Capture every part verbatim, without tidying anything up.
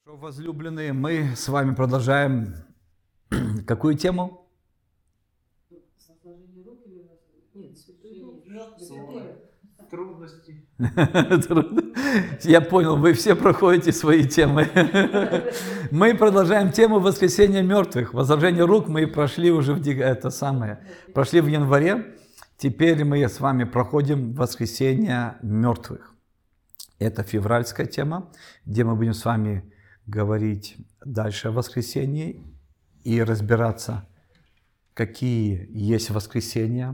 Возлюбленные, мы с вами продолжаем какую тему? Трудности. Я понял, вы все проходите свои темы. Мы продолжаем тему воскресения мертвых. Возложение рук мы прошли уже в, это самое, прошли в январе. Теперь мы с вами проходим воскресение мертвых. Это февральская тема, где мы будем с вами говорить дальше о воскресении и разбираться, какие есть воскресения,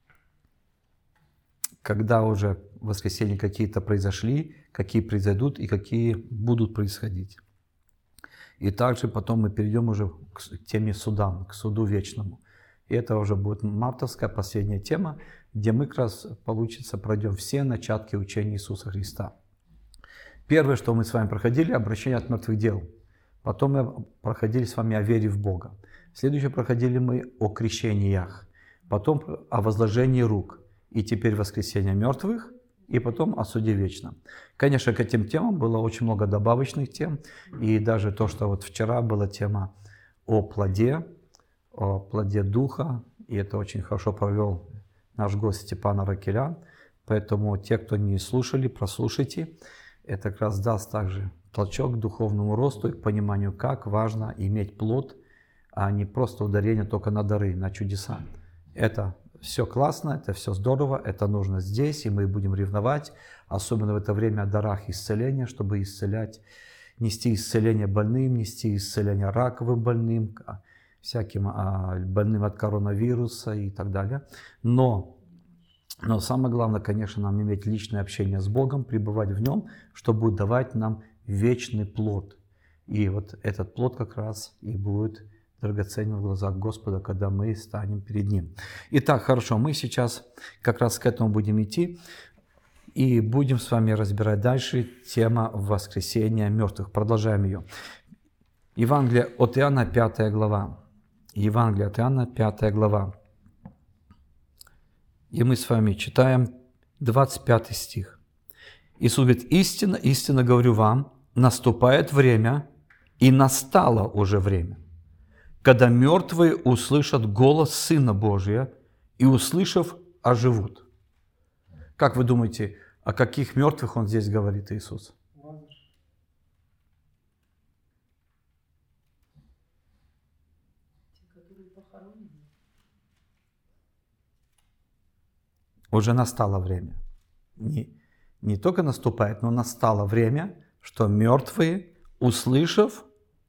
когда уже воскресения какие-то произошли, какие произойдут и какие будут происходить. И также потом мы перейдем уже к теме суда, к суду вечному. И это уже будет мартовская последняя тема, где мы как раз, получится, пройдем все начатки учения Иисуса Христа. Первое, что мы с вами проходили, обращение от мертвых дел. Потом мы проходили с вами о вере в Бога. Следующее проходили мы о крещениях. Потом о возложении рук. И теперь воскресение мертвых. И потом о суде вечном. Конечно, к этим темам было очень много добавочных тем. И даже то, что вот вчера была тема о плоде, о плоде Духа. И это очень хорошо провел наш гость Степан Аракелян. Поэтому те, кто не слушали, прослушайте. Это как раз даст также толчок к духовному росту и к пониманию, как важно иметь плод, а не просто ударение только на дары, на чудеса. Это все классно, это все здорово, это нужно здесь, и мы будем ревновать, особенно в это время о дарах исцеления, чтобы исцелять, нести исцеление больным, нести исцеление раковым больным, всяким больным от коронавируса и так далее. Но Но самое главное, конечно, нам иметь личное общение с Богом, пребывать в Нем, что будет давать нам вечный плод. И вот этот плод как раз и будет драгоценен в глазах Господа, когда мы станем перед Ним. Итак, хорошо, мы сейчас как раз к этому будем идти и будем с вами разбирать дальше тему воскресения мертвых. Продолжаем ее. Евангелие от Иоанна, пятая глава. Евангелие от Иоанна, пятая глава. И мы с вами читаем двадцать пятый стих. Иисус говорит: «Истинно, истинно говорю вам, наступает время, и настало уже время, когда мертвые услышат голос Сына Божия, и, услышав, оживут». Как вы думаете, о каких мертвых Он здесь говорит, Иисус? Уже настало время. Не, не только наступает, но настало время, что мертвые, услышав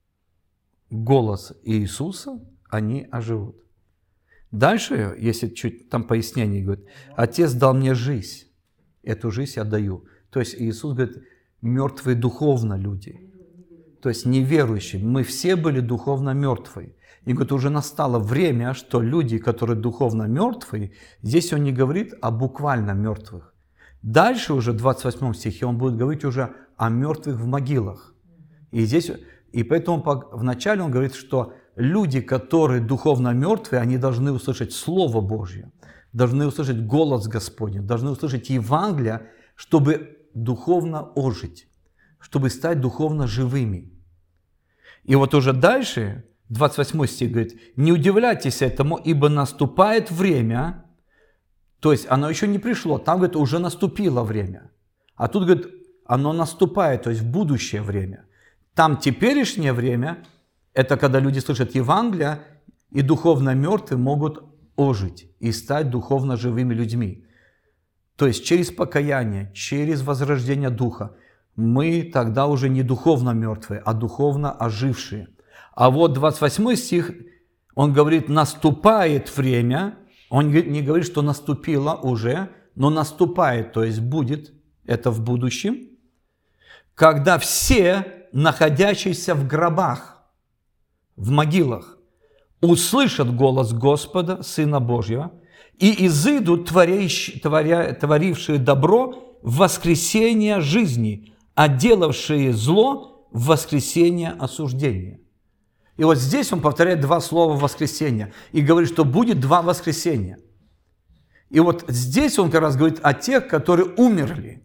голос Иисуса, они оживут. Дальше, если чуть там пояснение, говорит: «Отец дал мне жизнь, эту жизнь я даю». То есть Иисус говорит, мертвые духовно люди, то есть неверующие. Мы все были духовно мертвые. И говорит, уже настало время, что люди, которые духовно мертвые, здесь он не говорит о буквально мертвых. Дальше уже в двадцать восьмом стихе он будет говорить уже о мертвых в могилах. И здесь, и поэтому вначале он говорит, что люди, которые духовно мертвые, они должны услышать Слово Божье, должны услышать голос Господень, должны услышать Евангелие, чтобы духовно ожить, чтобы стать духовно живыми. И вот уже дальше двадцать восьмой стих говорит: «Не удивляйтесь этому, ибо наступает время». То есть оно еще не пришло, там, говорит, уже наступило время. А тут, говорит, оно наступает, то есть в будущее время. Там теперешнее время, это когда люди слышат Евангелие, и духовно мертвые могут ожить и стать духовно живыми людьми. То есть через покаяние, через возрождение Духа мы тогда уже не духовно мертвые, а духовно ожившие. А вот двадцать восьмой стих, он говорит, наступает время, он не говорит, что наступило уже, но наступает, то есть будет, это в будущем, когда все, находящиеся в гробах, в могилах, услышат голос Господа, Сына Божьего, и изыдут творящие, творя, творившие добро в воскресение жизни, а делавшие зло в воскресение осуждения. И вот здесь он повторяет два слова «воскресение» и говорит, что будет два воскресения. И вот здесь он как раз говорит о тех, которые умерли.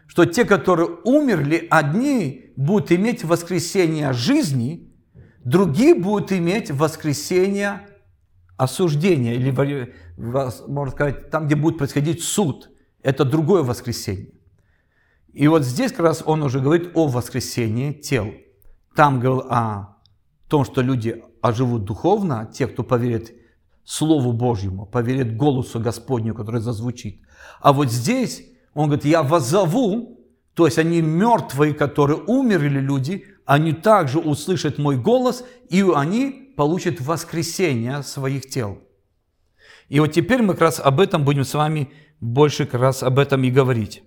что те, которые умерли, одни будут иметь воскресение жизни, другие будут иметь воскресение осуждения, или, можно сказать, там, где будет происходить суд. Это другое воскресение. И вот здесь как раз он уже говорит о воскресении тел. Там говорил о том, что люди оживут духовно, те, кто поверит Слову Божьему, поверит голосу Господню, который зазвучит. А вот здесь он говорит, я воззову, то есть они мертвые, которые умерли люди, они также услышат мой голос, и они получат воскресение своих тел. И вот теперь мы как раз об этом будем с вами больше как раз об этом и говорить.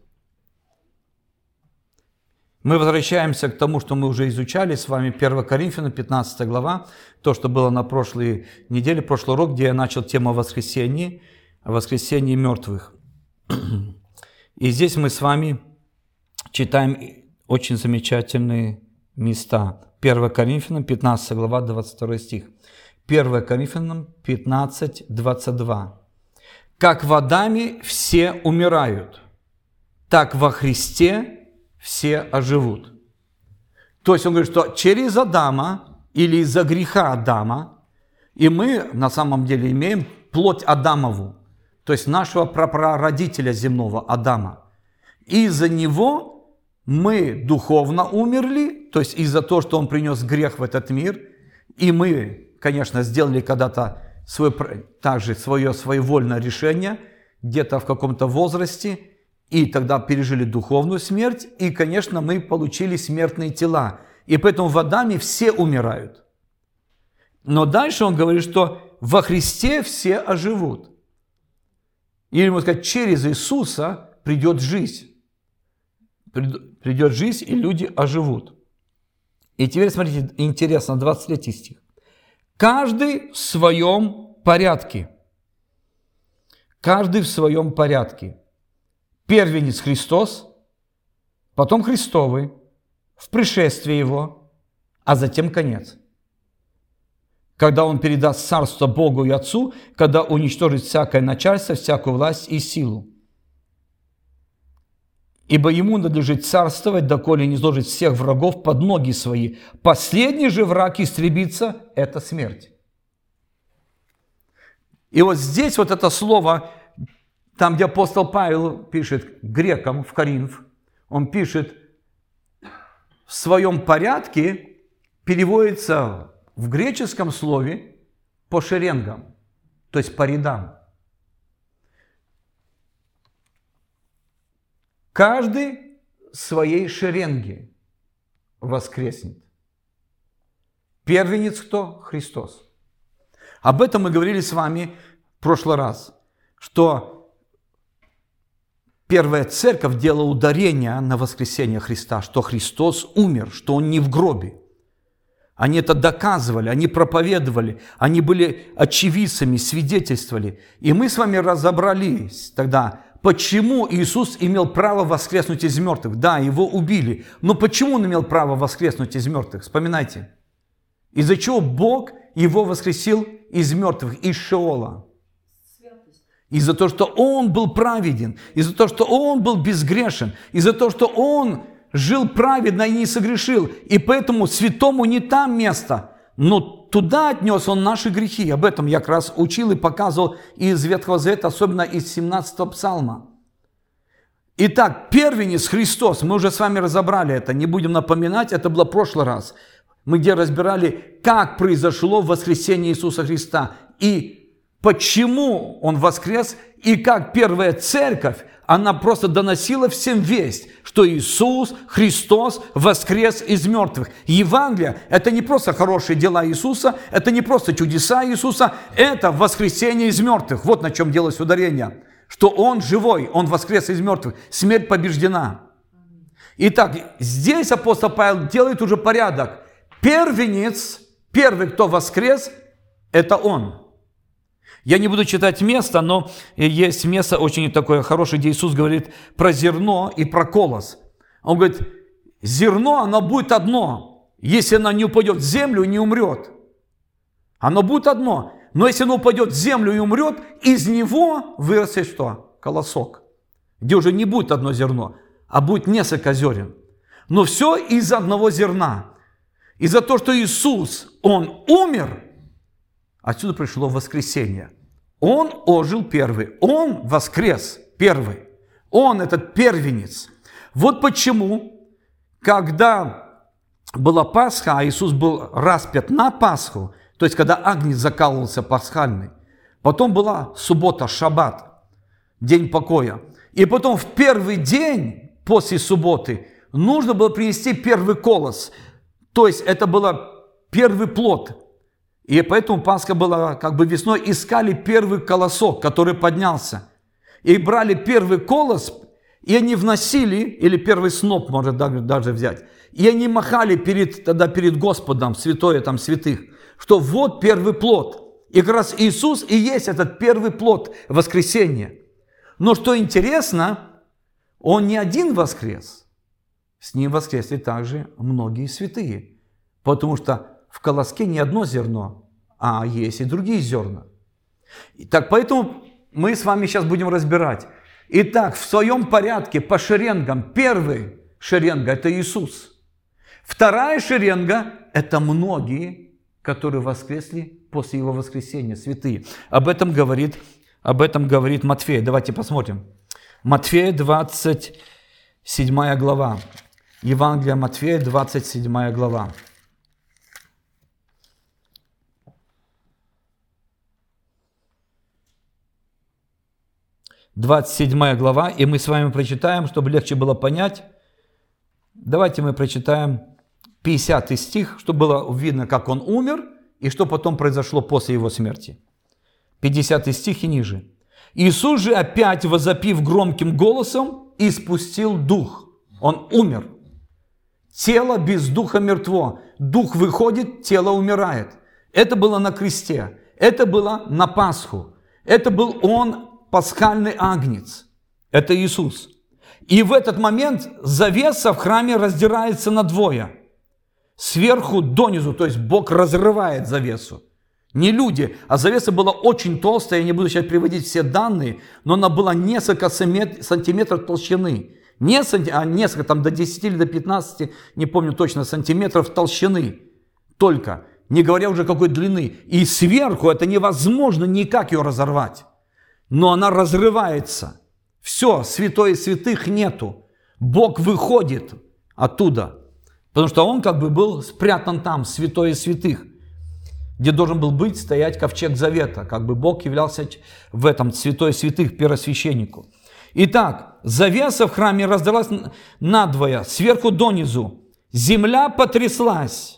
Мы возвращаемся к тому, что мы уже изучали с вами, первое Коринфянам, пятнадцатая глава, то, что было на прошлой неделе, прошлый урок, где я начал тему о воскресении, о воскресении мертвых. И здесь мы с вами читаем очень замечательные места. первое Коринфянам, пятнадцатая глава, двадцать второй стих. первое Коринфянам пятнадцать, двадцать два. «Как в Адаме все умирают, так во Христе все оживут». То есть он говорит, что через Адама или из-за греха Адама, и мы на самом деле имеем плоть Адамову, то есть нашего прапрародителя земного Адама. И из-за него мы духовно умерли, то есть из-за того, что он принес грех в этот мир, и мы, конечно, сделали когда-то свой, также свое своевольное решение, где-то в каком-то возрасте, и тогда пережили духовную смерть, и, конечно, мы получили смертные тела. И поэтому в Адаме все умирают. Но дальше он говорит, что во Христе все оживут. Или, можно сказать, через Иисуса придет жизнь. Придет жизнь, и люди оживут. И теперь, смотрите, интересно, двадцать третий стих. «Каждый в своем порядке». Каждый в своем порядке. Первенец Христос, потом Христовый, в пришествии Его, а затем конец. Когда Он передаст царство Богу и Отцу, когда уничтожит всякое начальство, всякую власть и силу. Ибо Ему надлежит царствовать, доколе не изложит всех врагов под ноги свои. Последний же враг истребится – это смерть. И вот здесь вот это слово, там, где апостол Павел пишет грекам в Коринф, он пишет в своем порядке, переводится в греческом слове по шеренгам, то есть по рядам. Каждый в своей шеренге воскреснет. Первенец кто? Христос. Об этом мы говорили с вами в прошлый раз, что первая церковь делала ударение на воскресение Христа, что Христос умер, что Он не в гробе. Они это доказывали, они проповедовали, они были очевидцами, свидетельствовали. И мы с вами разобрались тогда, почему Иисус имел право воскреснуть из мертвых. Да, Его убили, но почему Он имел право воскреснуть из мертвых? Вспоминайте. Из-за чего Бог Его воскресил из мертвых, из Шеола? Из-за того, что Он был праведен, из-за того, что Он был безгрешен, из-за того, что Он жил праведно и не согрешил. И поэтому святому не там место, но туда отнес Он наши грехи. Об этом я как раз учил и показывал из Ветхого Завета, особенно из семнадцатого псалма. Итак, первенец Христос, мы уже с вами разобрали это, не будем напоминать, это было в прошлый раз. Мы где разбирали, как произошло воскресение Иисуса Христа и почему Он воскрес, и как первая церковь, она просто доносила всем весть, что Иисус Христос воскрес из мертвых. Евангелие – это не просто хорошие дела Иисуса, это не просто чудеса Иисуса, это воскресение из мертвых. Вот на чем делалось ударение, что Он живой, Он воскрес из мертвых, смерть побеждена. Итак, здесь апостол Павел делает уже порядок. Первенец, первый, кто воскрес, это Он. Я не буду читать место, но есть место очень такое хорошее, где Иисус говорит про зерно и про колос. Он говорит, зерно, оно будет одно, если оно не упадет в землю и не умрет. Оно будет одно, но если оно упадет в землю и умрет, из него вырастет что? Колосок, где уже не будет одно зерно, а будет несколько зерен. Но все из одного зерна. Из-за того, что Иисус, Он умер, отсюда пришло воскресение. Он ожил первый, Он воскрес первый. Он этот первенец. Вот почему, когда была Пасха, а Иисус был распят на Пасху, то есть когда агнец закалывался пасхальный, потом была суббота, шаббат, день покоя. И потом в первый день после субботы нужно было принести первый колос. То есть это был первый плод. И поэтому Пасха была как бы весной. Искали первый колосок, который поднялся. И брали первый колос, и они вносили, или первый сноп, может даже взять. И они махали перед, тогда перед Господом, святое там святых, что вот первый плод. И как раз Иисус и есть этот первый плод воскресения. Но что интересно, Он не один воскрес. С Ним воскресли также многие святые. Потому что в колоске не одно зерно, а есть и другие зерна. Так, поэтому мы с вами сейчас будем разбирать. Итак, в своем порядке по шеренгам. Первый шеренга – это Иисус. Вторая шеренга – это многие, которые воскресли после Его воскресения, святые. Об этом говорит, об этом говорит Матфея. Давайте посмотрим. Матфея, двадцать седьмая глава. Евангелие Матфея, двадцать седьмая глава. двадцать седьмая глава, и мы с вами прочитаем, чтобы легче было понять. Давайте мы прочитаем пятидесятый стих, чтобы было видно, как Он умер, и что потом произошло после Его смерти. пятидесятый стих и ниже. «Иисус же, опять возопив громким голосом, испустил дух». Он умер. Тело без духа мертво. Дух выходит, тело умирает. Это было на кресте. Это было на Пасху. Это был Он, пасхальный агнец. Это Иисус. И в этот момент завеса в храме раздирается надвое. Сверху донизу, то есть Бог разрывает завесу. Не люди, а завеса была очень толстая, я не буду сейчас приводить все данные, но она была несколько сантиметров толщины. Не санти... а несколько, там до десяти или до пятнадцати, не помню точно, сантиметров толщины. Только, не говоря уже какой длины. И сверху это невозможно никак ее разорвать. Но она разрывается. Все, святое святых нету. Бог выходит оттуда. Потому что Он как бы был спрятан там, святое святых, где должен был быть, стоять ковчег завета. Как бы Бог являлся в этом святое святых первосвященнику. Итак, завеса в храме раздалась надвое, сверху донизу. Земля потряслась.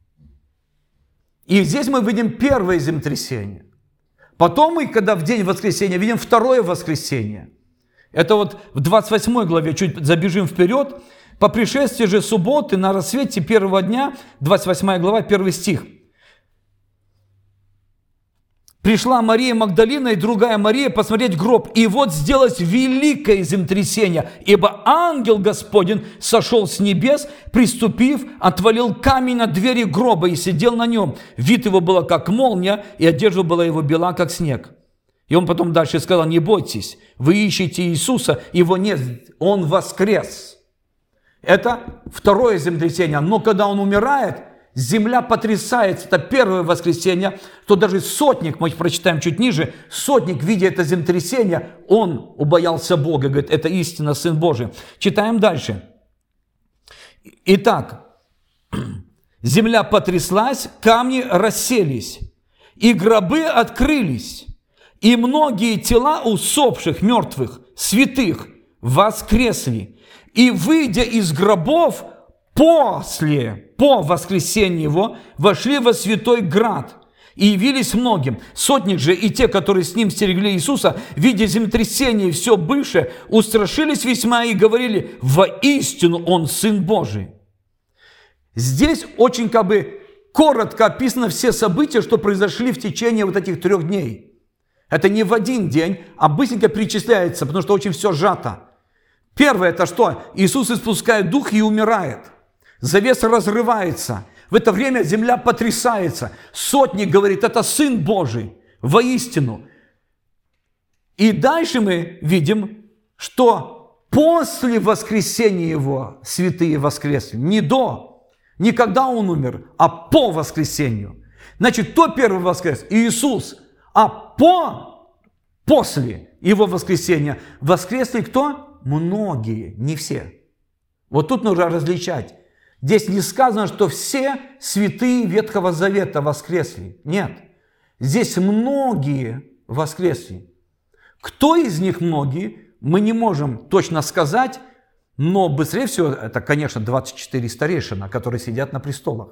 И здесь мы видим первое землетрясение. Потом мы, когда в день воскресения, видим второе воскресение. Это вот в двадцать восьмой главе, чуть забежим вперед. По пришествии же субботы на рассвете первого дня, двадцать восьмая глава, первый стих. Пришла Мария Магдалина и другая Мария посмотреть гроб. И вот сделалось великое землетрясение, ибо ангел Господень сошел с небес, приступив, отвалил камень на двери гроба и сидел на нем. Вид его было как молния, и одежда была его бела, как снег. И он потом дальше сказал: не бойтесь, вы ищете Иисуса, его нет, он воскрес. Это второе землетрясение. Но когда он умирает, земля потрясается. Это первое воскресенье, то даже сотник, мы прочитаем чуть ниже, сотник, видя это землетрясение, он убоялся Бога, говорит, это истинно Сын Божий. Читаем дальше. Итак, земля потряслась, камни расселись, и гробы открылись, и многие тела усопших, мертвых, святых воскресли, и, выйдя из гробов, после, по воскресению его, вошли во святой град и явились многим. Сотник же и те, которые с ним стерегли Иисуса, видя землетрясение и все бывшее, устрашились весьма и говорили: воистину Он Сын Божий. Здесь очень как бы коротко описаны все события, что произошли в течение вот этих трех дней. Это не в один день, а быстренько перечисляется, потому что очень все сжато. Первое, это что? Иисус испускает дух и умирает. Завеса разрывается. В это время земля потрясается. Сотник говорит, это Сын Божий, воистину. И дальше мы видим, что после воскресения Его святые воскресли. Не до, не когда Он умер, а по воскресению. Значит, кто первый воскрес? Иисус. А по, после Его воскресения воскресли кто? Многие, не все. Вот тут нужно различать. Здесь не сказано, что все святые Ветхого Завета воскресли. Нет. Здесь многие воскресли. Кто из них многие, мы не можем точно сказать, но быстрее всего это, конечно, двадцать четыре старейшина, которые сидят на престолах.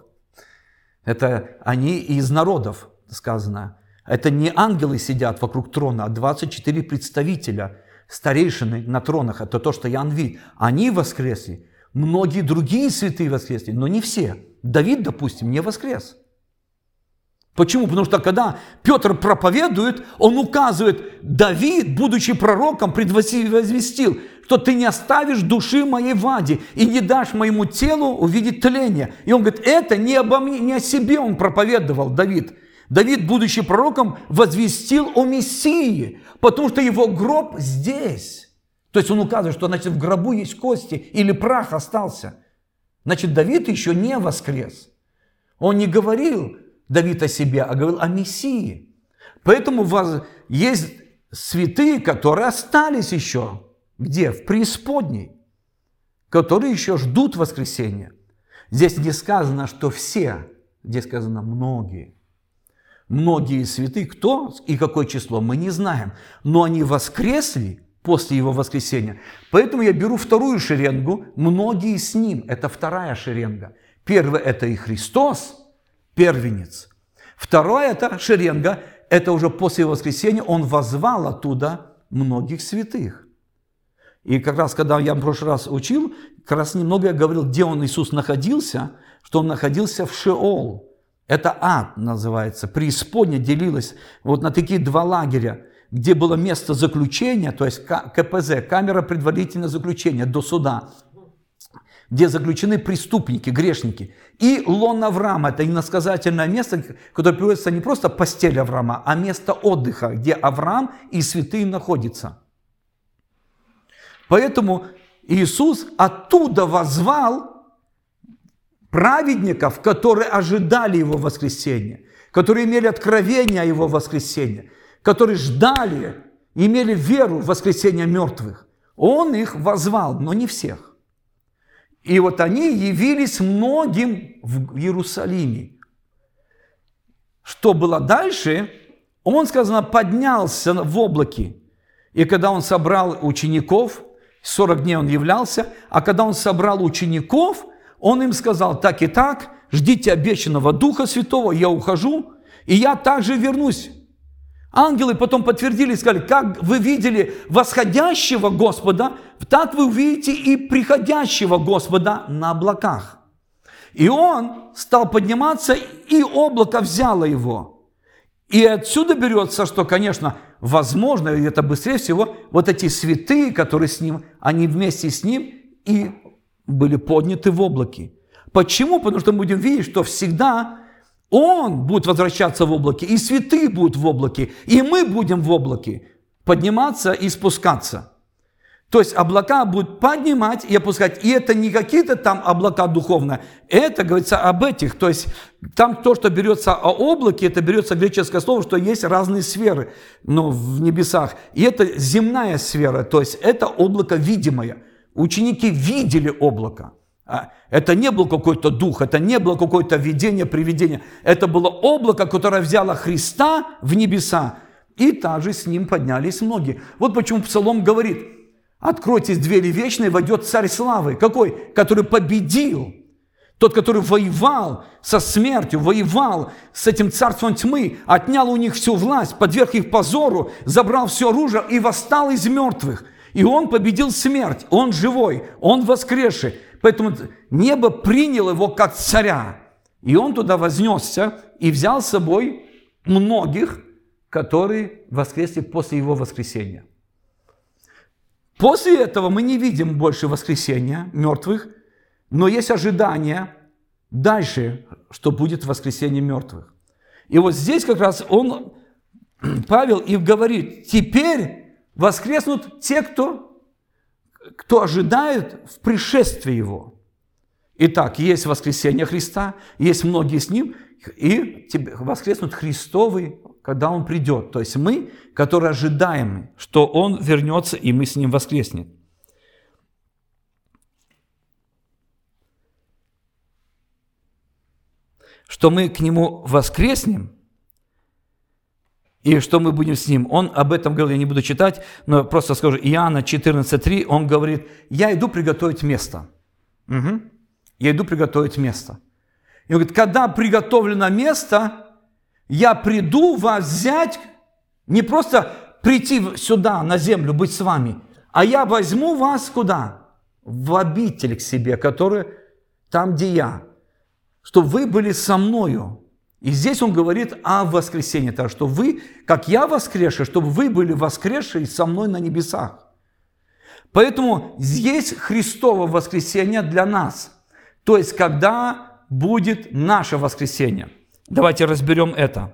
Это они из народов, сказано. Это не ангелы сидят вокруг трона, а двадцать четыре представителя, старейшины на тронах. Это то, что Иоанн видит. Они воскресли. Многие другие святые воскресли, но не все. Давид, допустим, не воскрес. Почему? Потому что когда Петр проповедует, он указывает, Давид, будучи пророком, предвозвестил, что ты не оставишь души моей в аде и не дашь моему телу увидеть тление. И он говорит, это не обо мне, не о себе он проповедовал, Давид. Давид, будучи пророком, возвестил о Мессии, потому что его гроб здесь. То есть он указывает, что значит в гробу есть кости или прах остался. Значит, Давид еще не воскрес. Он не говорил, Давид о себе, а говорил о Мессии. Поэтому есть святые, которые остались еще. Где? В преисподней. Которые еще ждут воскресения. Здесь не сказано, что все. Здесь сказано многие. Многие святые. Кто и какое число, мы не знаем. Но они воскресли после его воскресения. Поэтому я беру вторую шеренгу. Многие с ним. Это вторая шеренга. Первая – это и Христос, первенец. Второе – это шеренга, это уже после воскресения он воззвал оттуда многих святых. И как раз, когда я в прошлый раз учил, как раз немного я говорил, где он, Иисус, находился, что он находился в Шеол. Это ад называется, преисподня делилась вот на такие два лагеря, где было место заключения, то есть ка пэ зэ, камера предварительного заключения до суда, где заключены преступники, грешники. И лон Авраама, это иносказательное место, которое приводится не просто постель Авраама, а место отдыха, где Авраам и святые находятся. Поэтому Иисус оттуда воззвал праведников, которые ожидали Его воскресения, которые имели откровение о Его воскресении, которые ждали, имели веру в воскресение мертвых. Он их воззвал, но не всех. И вот они явились многим в Иерусалиме. Что было дальше? Он, сказано, поднялся в облаке. И когда он собрал учеников, сорок дней он являлся, а когда он собрал учеников, он им сказал, так и так, ждите обещанного Духа Святого, я ухожу, и я также вернусь. Ангелы потом подтвердили и сказали, как вы видели восходящего Господа, так вы увидите и приходящего Господа на облаках. И он стал подниматься, и облако взяло его. И отсюда берется, что, конечно, возможно, и это быстрее всего, вот эти святые, которые с ним, они вместе с ним и были подняты в облаке. Почему? Потому что мы будем видеть, что всегда он будет возвращаться в облаке, и святые будут в облаке, и мы будем в облаке подниматься и спускаться. То есть облака будут поднимать и опускать. И это не какие-то там облака духовные, это говорится об этих. То есть там то, что берется о облаке, это берется греческое слово, что есть разные сферы, ну, в небесах. И это земная сфера, то есть это облако видимое. Ученики видели облако. Это не был какой-то дух, это не было какое-то видение, привидение. Это было облако, которое взяло Христа в небеса. И также с ним поднялись многие. Вот почему Псалом говорит, откройтесь двери вечные, войдет Царь Славы. Какой? Который победил. Тот, который воевал со смертью, воевал с этим царством тьмы, отнял у них всю власть, подверг их позору, забрал все оружие и восстал из мертвых. И он победил смерть, он живой, он воскресший. Поэтому небо приняло его как царя. И он туда вознесся и взял с собой многих, которые воскресли после его воскресения. После этого мы не видим больше воскресения мертвых, но есть ожидание дальше, что будет воскресение мертвых. И вот здесь как раз он, Павел, и говорит, теперь воскреснут те, кто кто ожидает в пришествии Его. Итак, есть воскресение Христа, есть многие с Ним, и воскреснут Христовы, когда Он придет. То есть мы, которые ожидаем, что Он вернется, и мы с Ним воскреснем. Что мы к Нему воскреснем, и что мы будем с Ним. Он об этом говорил, я не буду читать, но просто скажу, Иоанна четырнадцать три, он говорит, я иду приготовить место. Угу. Я иду приготовить место. И он говорит, когда приготовлено место, я приду вас взять, не просто прийти сюда, на землю, быть с вами, а я возьму вас куда? В обитель к себе, который там, где я. Чтобы вы были со мною. И здесь он говорит о воскресении, так что вы, как я воскресший, чтобы вы были воскресшие со мной на небесах. Поэтому здесь Христово воскресение для нас. То есть, когда будет наше воскресение. Давайте разберем это.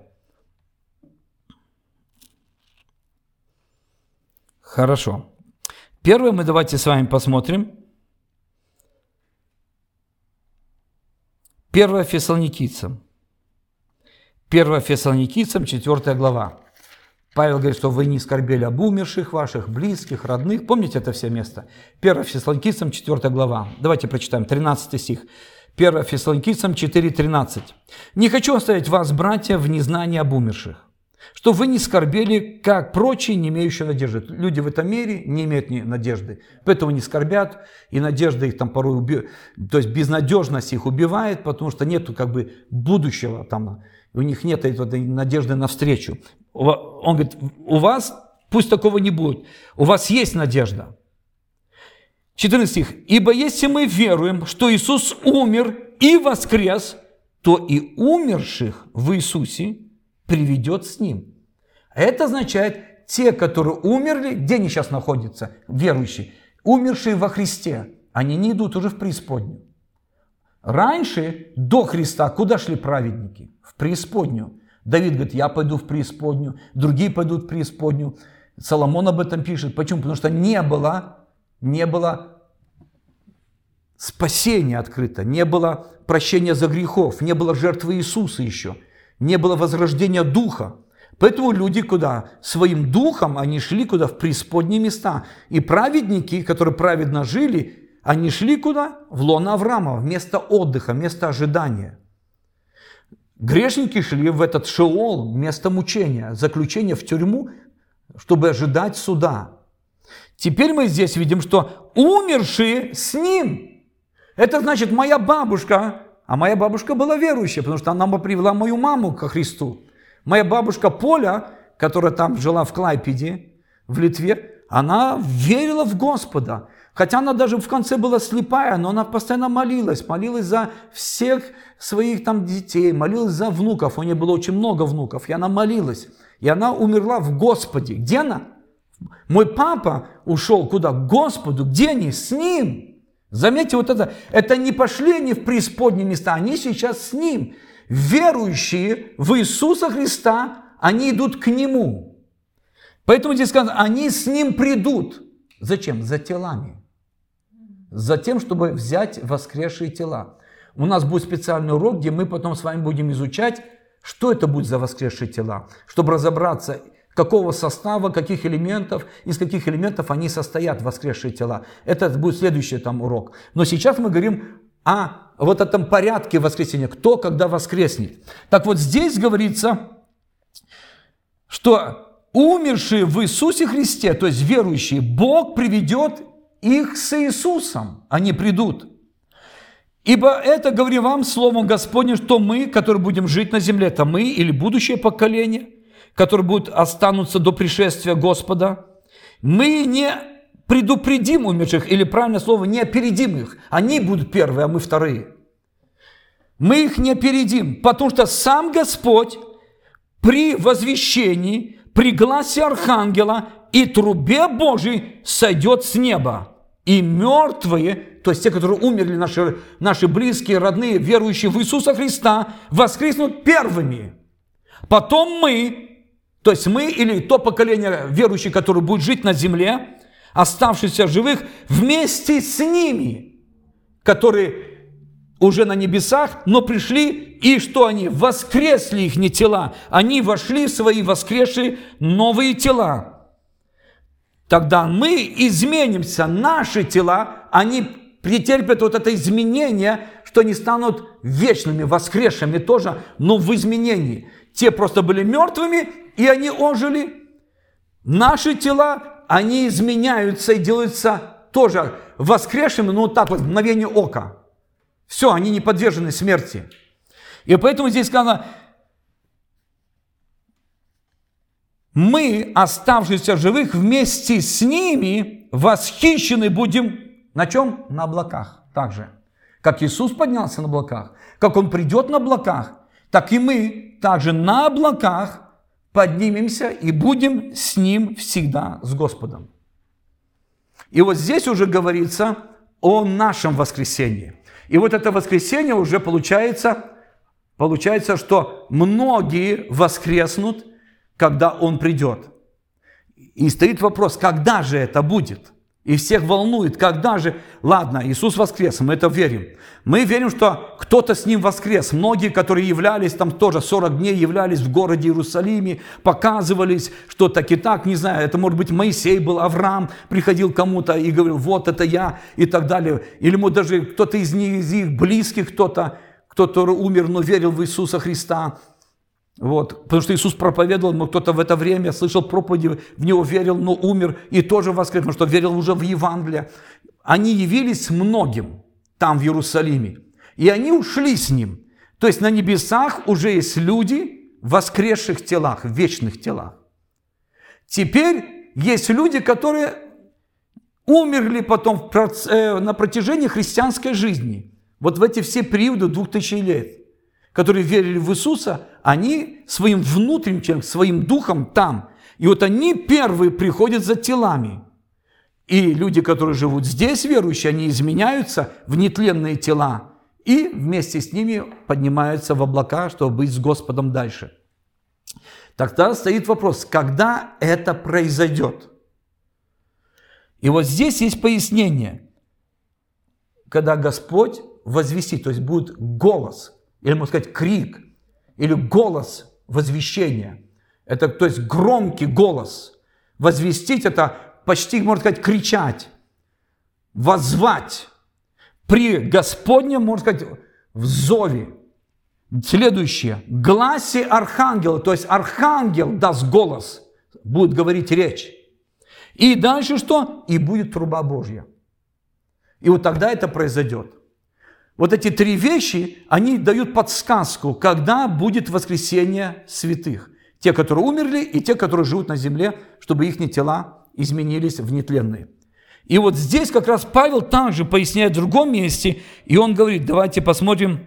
Хорошо. Первое мы давайте с вами посмотрим. Первое Фессалоникийцам. первое Фессалоникийцам, четвёртая глава. Павел говорит, что вы не скорбели об умерших ваших, близких, родных. Помните это все место? первое Фессалоникийцам, четвёртая глава. Давайте прочитаем, тринадцатый стих. первое Фессалоникийцам четыре тринадцать. «Не хочу оставить вас, братья, в незнании об умерших, что вы не скорбели, как прочие, не имеющие надежды». Люди в этом мире не имеют надежды, поэтому не скорбят, и надежда их там порой убивает, то есть безнадежность их убивает, потому что нету как бы будущего там, у них нет этой надежды навстречу. Он говорит, у вас пусть такого не будет, у вас есть надежда. четырнадцатый стих. «Ибо если мы веруем, что Иисус умер и воскрес, то и умерших в Иисусе приведет с Ним». Это означает, те, которые умерли, где они сейчас находятся, верующие, умершие во Христе, они не идут уже в преисподнюю. Раньше, до Христа, куда шли праведники? В преисподнюю. Давид говорит, я пойду в преисподнюю, другие пойдут в преисподнюю. Соломон об этом пишет. Почему? Потому что не было, не было спасения открыто, не было прощения за грехов, не было жертвы Иисуса еще, не было возрождения духа. Поэтому люди куда? Своим духом они шли куда? В преисподние места. И праведники, которые праведно жили, они шли куда? В лоно Авраама, в место отдыха, место ожидания. Грешники шли в этот Шеол, место мучения, заключение в тюрьму, чтобы ожидать суда. Теперь мы здесь видим, что умершие с Ним. Это значит, моя бабушка, а моя бабушка была верующая, потому что она привела мою маму ко Христу. Моя бабушка Поля, которая там жила в Клайпеде, в Литве, она верила в Господа. Хотя она даже в конце была слепая, но она постоянно молилась. Молилась за всех своих там детей, молилась за внуков. У нее было очень много внуков, и она молилась. И она умерла в Господе. Где она? Мой папа ушел куда? К Господу. Где они? С Ним. Заметьте, вот это. Это не пошли они в преисподние места, они сейчас с Ним. Верующие в Иисуса Христа, они идут к Нему. Поэтому здесь сказано, они с Ним придут. Зачем? За телами. За тем, чтобы взять воскресшие тела. У нас будет специальный урок, где мы потом с вами будем изучать, что это будет за воскресшие тела, чтобы разобраться, какого состава, каких элементов, из каких элементов они состоят, воскресшие тела. Это будет следующий там урок. Но сейчас мы говорим о вот этом порядке воскресения, кто когда воскреснет. Так вот здесь говорится, что умершие в Иисусе Христе, то есть верующие, Бог приведет их с Иисусом, они придут. Ибо это говорим вам словом Господним, что мы, которые будем жить на земле, это мы или будущее поколение, которые будут останутся до пришествия Господа, мы не предупредим умерших, или правильное слово, не опередим их. Они будут первые, а мы вторые. Мы их не опередим, потому что сам Господь при возвещении, при гласе архангела и трубе Божией сойдет с неба. И мертвые, то есть те, которые умерли, наши, наши близкие, родные, верующие в Иисуса Христа, воскреснут первыми. Потом мы, то есть мы или то поколение верующих, которое будет жить на земле, оставшихся живых вместе с ними, которые уже на небесах, но пришли, и что они? Воскресли их не тела. Они вошли в свои воскресшие новые тела. Тогда мы изменимся, наши тела, они претерпят вот это изменение, что они станут вечными, воскресшими тоже, но в изменении. Те просто были мертвыми, и они ожили. Наши тела, они изменяются и делаются тоже воскресшими, но вот так вот, в мгновение ока. Все, они не подвержены смерти. И поэтому здесь сказано, мы, оставшиеся живых, вместе с ними восхищены будем на чем? На облаках также. Как Иисус поднялся на облаках, как Он придет на облаках, так и мы также на облаках поднимемся и будем с Ним всегда, с Господом. И вот здесь уже говорится о нашем воскресении. И вот это воскресенье уже получается, получается, что многие воскреснут, когда Он придет. И стоит вопрос, когда же это будет? И всех волнует, когда же... Ладно, Иисус воскрес, мы это верим. Мы верим, что кто-то с Ним воскрес. Многие, которые являлись, там тоже сорок дней являлись в городе Иерусалиме, показывались, что так и так, не знаю, это может быть Моисей был, Авраам приходил кому-то и говорил, вот это я, и так далее. Или может даже кто-то из них, из их близких, кто-то, кто-то умер, но верил в Иисуса Христа. Вот, потому что Иисус проповедовал, но кто-то в это время слышал проповеди, в Него верил, но умер и тоже воскрес, потому что верил уже в Евангелие. Они явились многим там, в Иерусалиме, и они ушли с Ним. То есть на небесах уже есть люди в воскресших телах, в вечных телах. Теперь есть люди, которые умерли потом на протяжении христианской жизни. Вот в эти все периоды двух тысяч лет. Которые верили в Иисуса, они своим внутренним человеком, своим духом там. И вот они первые приходят за телами. И люди, которые живут здесь, верующие, они изменяются в нетленные тела. И вместе с ними поднимаются в облака, чтобы быть с Господом дальше. Тогда стоит вопрос, когда это произойдет? И вот здесь есть пояснение. Когда Господь возвестит, то есть будет голос, или, можно сказать, крик, или голос возвещения. Это, то есть, громкий голос. Возвестить – это почти, можно сказать, кричать, воззвать. При Господнем, можно сказать, в зове. Следующее. Гласе архангела, то есть, архангел даст голос, будет говорить речь. И дальше что? И будет труба Божья. И вот тогда это произойдет. Вот эти три вещи, они дают подсказку, когда будет воскресение святых. Те, которые умерли, и те, которые живут на земле, чтобы их тела изменились в нетленные. И вот здесь как раз Павел также поясняет в другом месте, и он говорит, давайте посмотрим,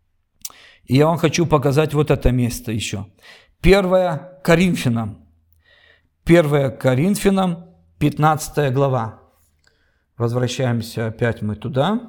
и я вам хочу показать вот это место еще. первое Коринфянам. первое Коринфянам, пятнадцатая глава. Возвращаемся опять мы туда.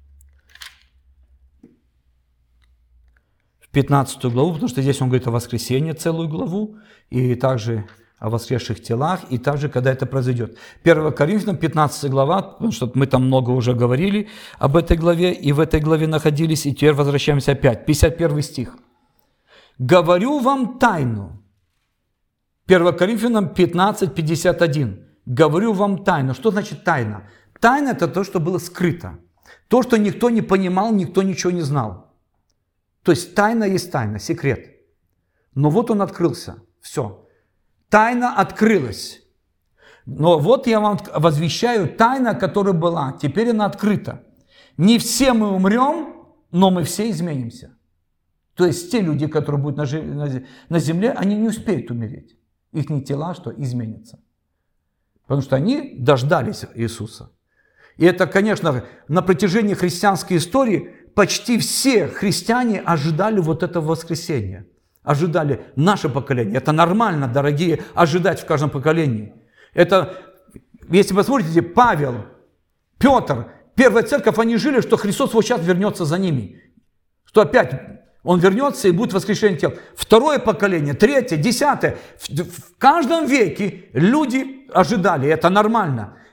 пятнадцатую главу, потому что здесь он говорит о воскресении, целую главу, и также о воскресших телах, и также, когда это произойдет. первое Коринфянам, пятнадцатая глава, потому что мы там много уже говорили об этой главе, и в этой главе находились, и теперь возвращаемся опять. пятьдесят первый стих. «Говорю вам тайну». первое Коринфянам пятнадцать, пятьдесят один. «Говорю вам тайну». Что значит тайна? Тайна – это то, что было скрыто. То, что никто не понимал, никто ничего не знал. То есть тайна есть тайна, секрет. Но вот он открылся. Все. Тайна открылась. Но вот я вам возвещаю тайна, которая была. Теперь она открыта. Не все мы умрем, но мы все изменимся. То есть те люди, которые будут на земле, они не успеют умереть. Их тела что изменятся. Потому что они дождались Иисуса. И это, конечно, на протяжении христианской истории почти все христиане ожидали вот этого воскресения. Ожидали наше поколение. Это нормально, дорогие, ожидать в каждом поколении. Это, если вы смотрите, Павел, Петр, первая церковь, они жили, что Христос вот сейчас вернется за ними. Что опять Он вернется и будет воскрешение тел. Второе поколение, третье, десятое. В каждом веке люди ожидали, это нормально.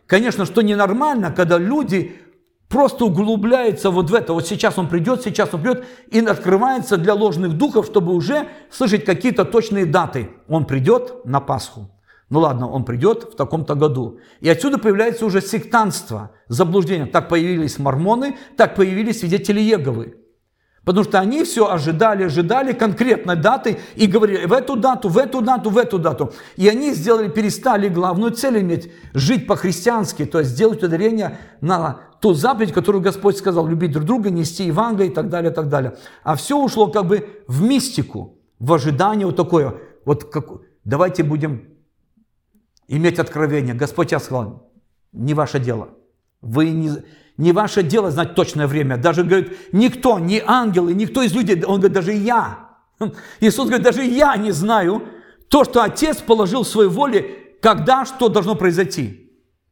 Конечно, что ненормально, когда люди просто углубляются вот в это. Вот сейчас он придет, сейчас он придет, и открывается для ложных духов, чтобы уже слышать какие-то точные даты. Он придет на Пасху. Ну ладно, он придет в таком-то году. И отсюда появляется уже сектантство, заблуждение. Так появились мормоны, так появились свидетели Иеговы. Потому что они все ожидали, ожидали конкретной даты и говорили в эту дату, в эту дату, в эту дату. И они сделали, перестали главную цель иметь, жить по-христиански, то есть сделать ударение на ту заповедь, которую Господь сказал, любить друг друга, нести Евангелие и так далее, и так далее. А все ушло как бы в мистику, в ожидание вот такое. Вот как, давайте будем иметь откровение. Господь я сказал, не ваше дело. Вы не... Не ваше дело знать точное время. Даже, говорит, никто, ни ангелы, никто из людей, он говорит, даже я. Иисус говорит, даже я не знаю то, что Отец положил в своей воле, когда что должно произойти.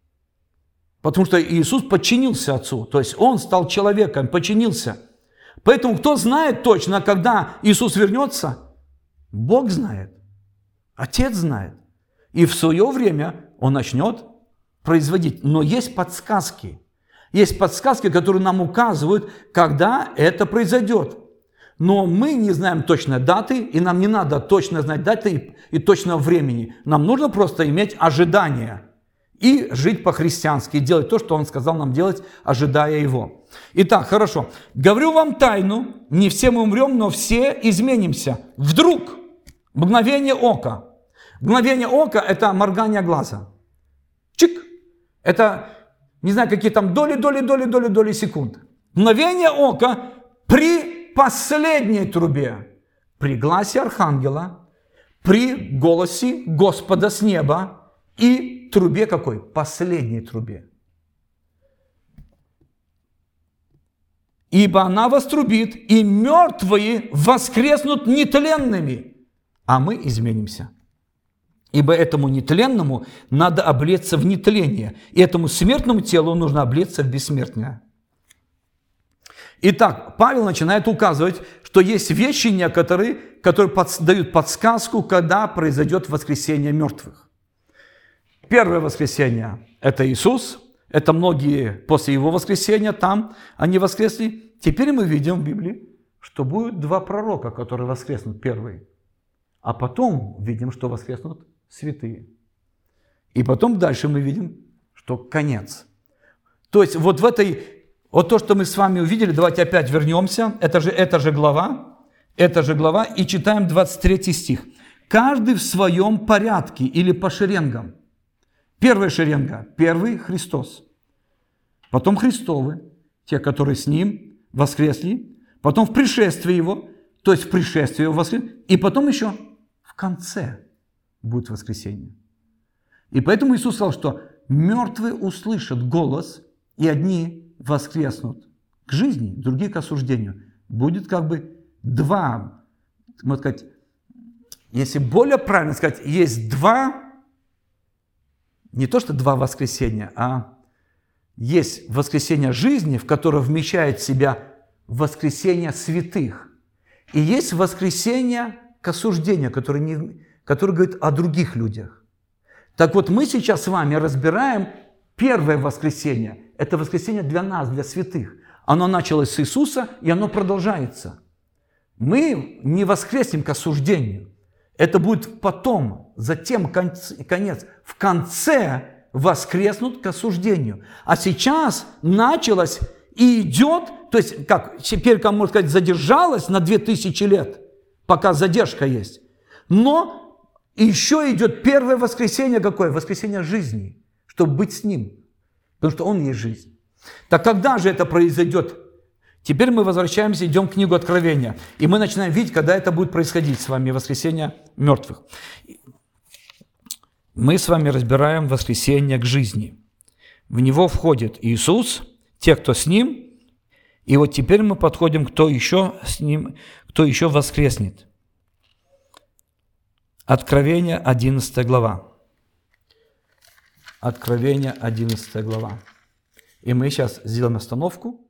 Потому что Иисус подчинился Отцу, то есть Он стал человеком, подчинился. Поэтому кто знает точно, когда Иисус вернется? Бог знает, Отец знает. И в свое время Он начнет производить. Но есть подсказки. Есть подсказки, которые нам указывают, когда это произойдет. Но мы не знаем точной даты, и нам не надо точно знать даты и, и точного времени. Нам нужно просто иметь ожидание и жить по-христиански, и делать то, что Он сказал нам делать, ожидая Его. Итак, хорошо. Говорю вам тайну, не все мы умрем, но все изменимся. Вдруг, мгновение ока. Мгновение ока – это моргание глаза. Чик! Это... Не знаю, какие там доли, доли, доли, доли, доли секунд. Мгновение ока при последней трубе, при гласе архангела, при голосе Господа с неба и трубе какой? Последней трубе. Ибо она вострубит, и мертвые воскреснут нетленными, а мы изменимся. Ибо этому нетленному надо облечься в нетление, и этому смертному телу нужно облечься в бессмертие. Итак, Павел начинает указывать, что есть вещи некоторые, которые дают подсказку, когда произойдет воскресение мертвых. Первое воскресение – это Иисус, это многие после Его воскресения там, они воскресли. Теперь мы видим в Библии, что будет два пророка, которые воскреснут первые, а потом видим, что воскреснут святые. И потом дальше мы видим, что конец. То есть вот в этой, вот то, что мы с вами увидели, давайте опять вернемся, это же, это же глава, это же глава, и читаем двадцать третий стих. Каждый в своем порядке или по шеренгам. Первая шеренга, первый Христос. Потом Христовы, те, которые с Ним воскресли. Потом в пришествии Его, то есть в пришествии Его воскресли. И потом еще в конце будет воскресение. И поэтому Иисус сказал, что мертвые услышат голос, и одни воскреснут к жизни, другие к осуждению. Будет как бы два, можно сказать, если более правильно сказать, есть два, не то что два воскресения, а есть воскресение жизни, в которое вмещает в себя воскресение святых. И есть воскресение к осуждению, которое не... который говорит о других людях. Так вот, мы сейчас с вами разбираем первое воскресение. Это воскресение для нас, для святых. Оно началось с Иисуса, и оно продолжается. Мы не воскреснем к осуждению. Это будет потом, затем конец. В конце воскреснут к осуждению. А сейчас началось и идет, то есть, как теперь, как можно сказать, задержалось на две тысячи лет, пока задержка есть. Но еще идет первое воскресенье какое? Воскресенье жизни, чтобы быть с Ним. Потому что Он есть жизнь. Так когда же это произойдет? Теперь мы возвращаемся, идем в книгу Откровения. И мы начинаем видеть, когда это будет происходить с вами, воскресение мертвых. Мы с вами разбираем воскресение к жизни. В него входит Иисус, те, кто с Ним. И вот теперь мы подходим, кто еще с Ним, кто еще воскреснет. Откровение, одиннадцатая глава. Откровение, одиннадцатая глава. И мы сейчас сделаем остановку.